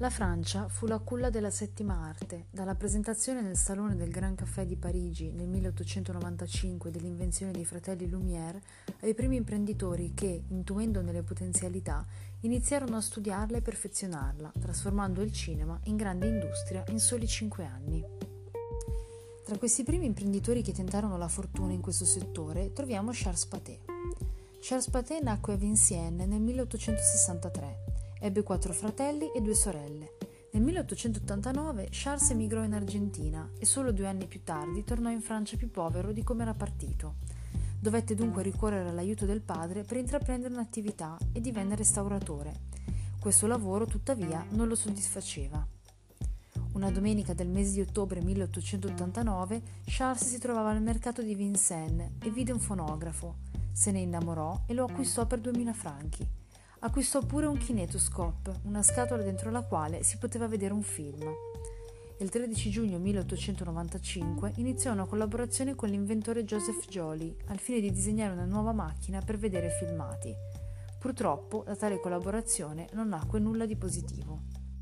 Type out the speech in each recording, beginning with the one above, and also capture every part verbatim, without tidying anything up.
La Francia fu la culla della settima arte. Dalla presentazione nel Salone del Grand Café di Parigi nel milleottocentonovantacinque dell'invenzione dei fratelli Lumière ai primi imprenditori che, intuendone le potenzialità, iniziarono a studiarla e perfezionarla, trasformando il cinema in grande industria in soli cinque anni. Tra questi primi imprenditori che tentarono la fortuna in questo settore troviamo Charles Pathé. Charles Pathé nacque a Vincennes nel milleottocentosessantatré. Ebbe quattro fratelli e due sorelle. Nel milleottocentottantanove Charles emigrò in Argentina e solo due anni più tardi tornò in Francia più povero di come era partito. Dovette dunque ricorrere all'aiuto del padre per intraprendere un'attività e divenne restauratore. Questo lavoro, tuttavia, non lo soddisfaceva. Una domenica del mese di ottobre milleottocentottantanove Charles si trovava al mercato di Vincennes e vide un fonografo. Se ne innamorò e lo acquistò per duemila franchi. Acquistò pure un kinetoscope, una scatola dentro la quale si poteva vedere un film. Il tredici giugno milleottocentonovantacinque iniziò una collaborazione con l'inventore Joseph Joly al fine di disegnare una nuova macchina per vedere filmati. Purtroppo, da tale collaborazione non nacque nulla di positivo.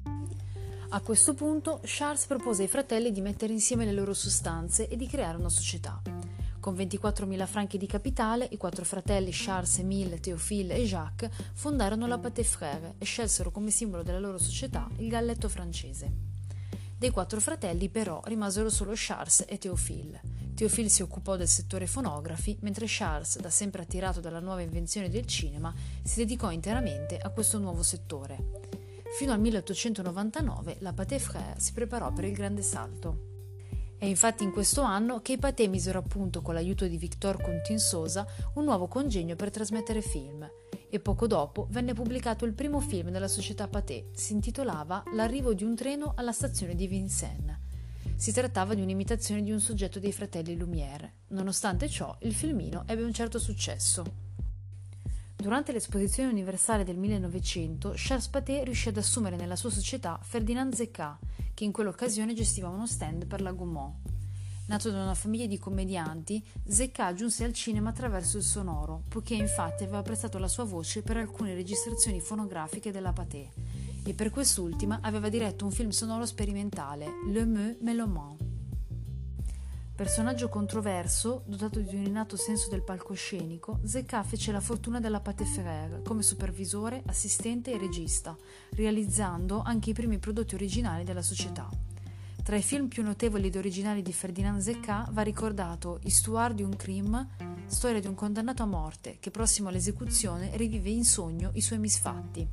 A questo punto, Charles propose ai fratelli di mettere insieme le loro sostanze e di creare una società. Con ventiquattromila franchi di capitale, i quattro fratelli Charles, Émile, Théophile e Jacques fondarono la Pathé Frères e scelsero come simbolo della loro società il galletto francese. Dei quattro fratelli, però, rimasero solo Charles e Théophile. Théophile si occupò del settore fonografi, mentre Charles, da sempre attirato dalla nuova invenzione del cinema, si dedicò interamente a questo nuovo settore. Fino al milleottocentonovantanove la Pathé Frères si preparò per il grande salto. È infatti in questo anno che i Pathé misero a punto, con l'aiuto di Victor Contin-Sosa, un nuovo congegno per trasmettere film, e poco dopo venne pubblicato il primo film della società Pathé. Si intitolava L'arrivo di un treno alla stazione di Vincennes. Si trattava di un'imitazione di un soggetto dei fratelli Lumière. Nonostante ciò, il filmino ebbe un certo successo. Durante l'esposizione universale del millenovecento, Charles Pathé riuscì ad assumere nella sua società Ferdinand Zecca, che in quell'occasione gestiva uno stand per la Gaumont. Nato da una famiglia di commedianti, Zecca giunse al cinema attraverso il sonoro, poiché infatti aveva prestato la sua voce per alcune registrazioni fonografiche della Pathé, e per quest'ultima aveva diretto un film sonoro sperimentale, Le Meu Méloman. Personaggio controverso, dotato di un innato senso del palcoscenico, Zecca fece la fortuna della Pathé Frères come supervisore, assistente e regista, realizzando anche i primi prodotti originali della società. Tra i film più notevoli ed originali di Ferdinand Zecca va ricordato Histoire d'un crime, storia di un condannato a morte che, prossimo all'esecuzione, rivive in sogno i suoi misfatti.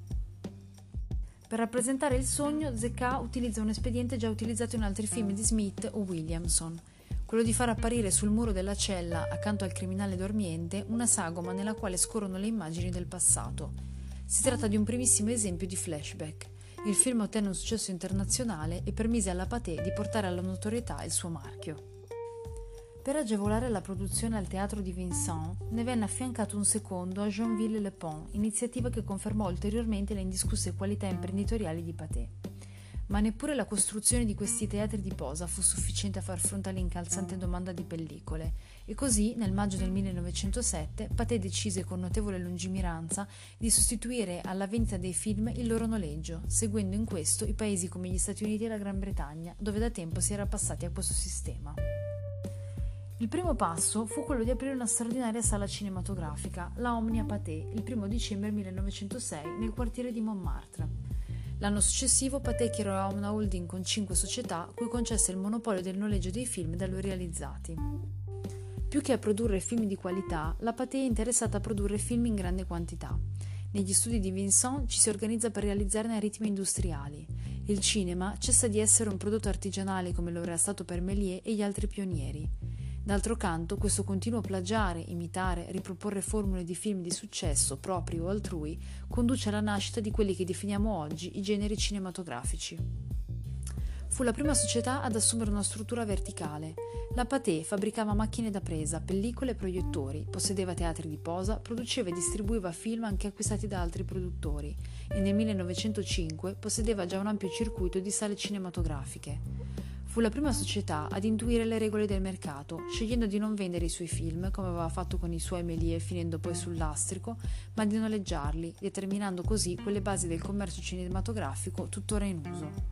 Per rappresentare il sogno, Zecca utilizza un espediente già utilizzato in altri film di Smith o Williamson, quello di far apparire sul muro della cella, accanto al criminale dormiente, una sagoma nella quale scorrono le immagini del passato. Si tratta di un primissimo esempio di flashback. Il film ottenne un successo internazionale e permise alla Pathé di portare alla notorietà il suo marchio. Per agevolare la produzione al teatro di Vincennes ne venne affiancato un secondo a Joinville-le-Pont, iniziativa che confermò ulteriormente le indiscusse qualità imprenditoriali di Pathé. Ma neppure la costruzione di questi teatri di posa fu sufficiente a far fronte all'incalzante domanda di pellicole, e così nel maggio del millenovecentosette Pathé decise con notevole lungimiranza di sostituire alla vendita dei film il loro noleggio, seguendo in questo i paesi come gli Stati Uniti e la Gran Bretagna, dove da tempo si era passati a questo sistema. Il primo passo fu quello di aprire una straordinaria sala cinematografica, la Omnia Pathé, il primo dicembre millenovecentosei nel quartiere di Montmartre. L'anno successivo Pathé creò una holding con cinque società cui concesse il monopolio del noleggio dei film da lui realizzati. Più che a produrre film di qualità, la Pathé è interessata a produrre film in grande quantità. Negli studi di Vincennes ci si organizza per realizzarne a ritmi industriali. Il cinema cessa di essere un prodotto artigianale come lo era stato per Méliès e gli altri pionieri. D'altro canto, questo continuo plagiare, imitare, riproporre formule di film di successo, propri o altrui, conduce alla nascita di quelli che definiamo oggi i generi cinematografici. Fu la prima società ad assumere una struttura verticale. La Pathé fabbricava macchine da presa, pellicole e proiettori, possedeva teatri di posa, produceva e distribuiva film anche acquistati da altri produttori e nel millenovecentocinque possedeva già un ampio circuito di sale cinematografiche. Fu la prima società ad intuire le regole del mercato, scegliendo di non vendere i suoi film, come aveva fatto con i suoi Méliès finendo poi sul lastrico, ma di noleggiarli, determinando così quelle basi del commercio cinematografico tuttora in uso.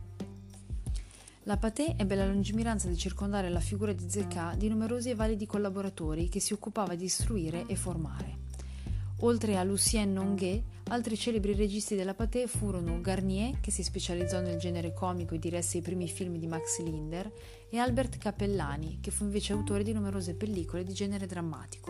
La Pathé ebbe la lungimiranza di circondare la figura di Zecca di numerosi e validi collaboratori che si occupava di istruire e formare. Oltre a Lucien Nonguet, altri celebri registi della Pathé furono Garnier, che si specializzò nel genere comico e diresse i primi film di Max Linder, e Albert Cappellani, che fu invece autore di numerose pellicole di genere drammatico.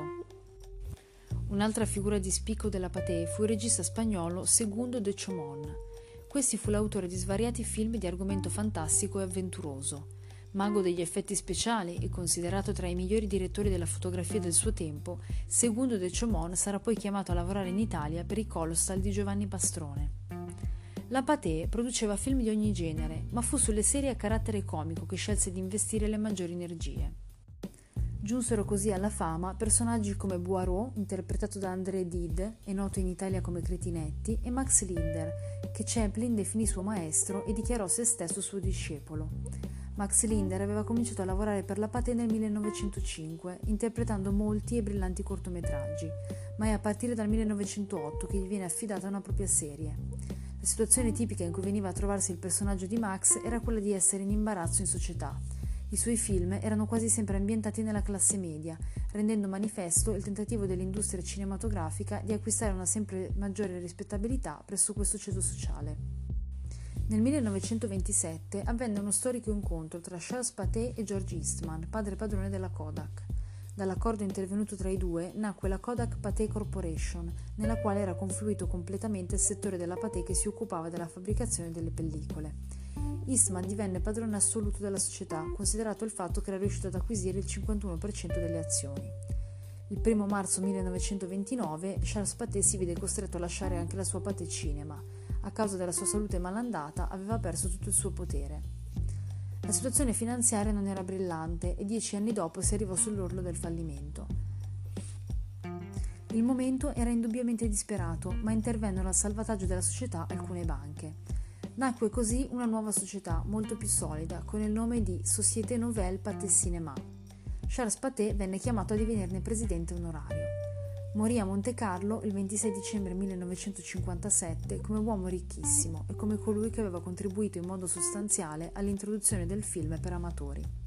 Un'altra figura di spicco della Pathé fu il regista spagnolo Segundo de Chomón. Questi fu l'autore di svariati film di argomento fantastico e avventuroso. Mago degli effetti speciali e considerato tra i migliori direttori della fotografia del suo tempo, Segundo de Chomón sarà poi chiamato a lavorare in Italia per i Colostal di Giovanni Pastrone. La Pathé produceva film di ogni genere, ma fu sulle serie a carattere comico che scelse di investire le maggiori energie. Giunsero così alla fama personaggi come Boireau, interpretato da André Dide e noto in Italia come Cretinetti, e Max Linder, che Chaplin definì suo maestro e dichiarò se stesso suo discepolo. Max Linder aveva cominciato a lavorare per la Pathé nel millenovecentocinque, interpretando molti e brillanti cortometraggi, ma è a partire dal millenovecentootto che gli viene affidata una propria serie. La situazione tipica in cui veniva a trovarsi il personaggio di Max era quella di essere in imbarazzo in società. I suoi film erano quasi sempre ambientati nella classe media, rendendo manifesto il tentativo dell'industria cinematografica di acquistare una sempre maggiore rispettabilità presso questo ceto sociale. Nel millenovecentoventisette avvenne uno storico incontro tra Charles Pathé e George Eastman, padre padrone della Kodak. Dall'accordo intervenuto tra i due nacque la Kodak Pathé Corporation, nella quale era confluito completamente il settore della Pathé che si occupava della fabbricazione delle pellicole. Eastman divenne padrone assoluto della società, considerato il fatto che era riuscito ad acquisire il cinquantuno per cento delle azioni. Il primo marzo millenovecentoventinove Charles Pathé si vide costretto a lasciare anche la sua Pathé Cinema. A causa della sua salute malandata aveva perso tutto il suo potere. La situazione finanziaria non era brillante e dieci anni dopo si arrivò sull'orlo del fallimento. Il momento era indubbiamente disperato, ma intervennero al salvataggio della società alcune banche. Nacque così una nuova società, molto più solida, con il nome di Société Nouvelle Pathé Cinéma. Charles Pathé venne chiamato a divenirne presidente onorario. Morì a Monte Carlo il ventisei dicembre millenovecentocinquantasette come uomo ricchissimo e come colui che aveva contribuito in modo sostanziale all'introduzione del film per amatori.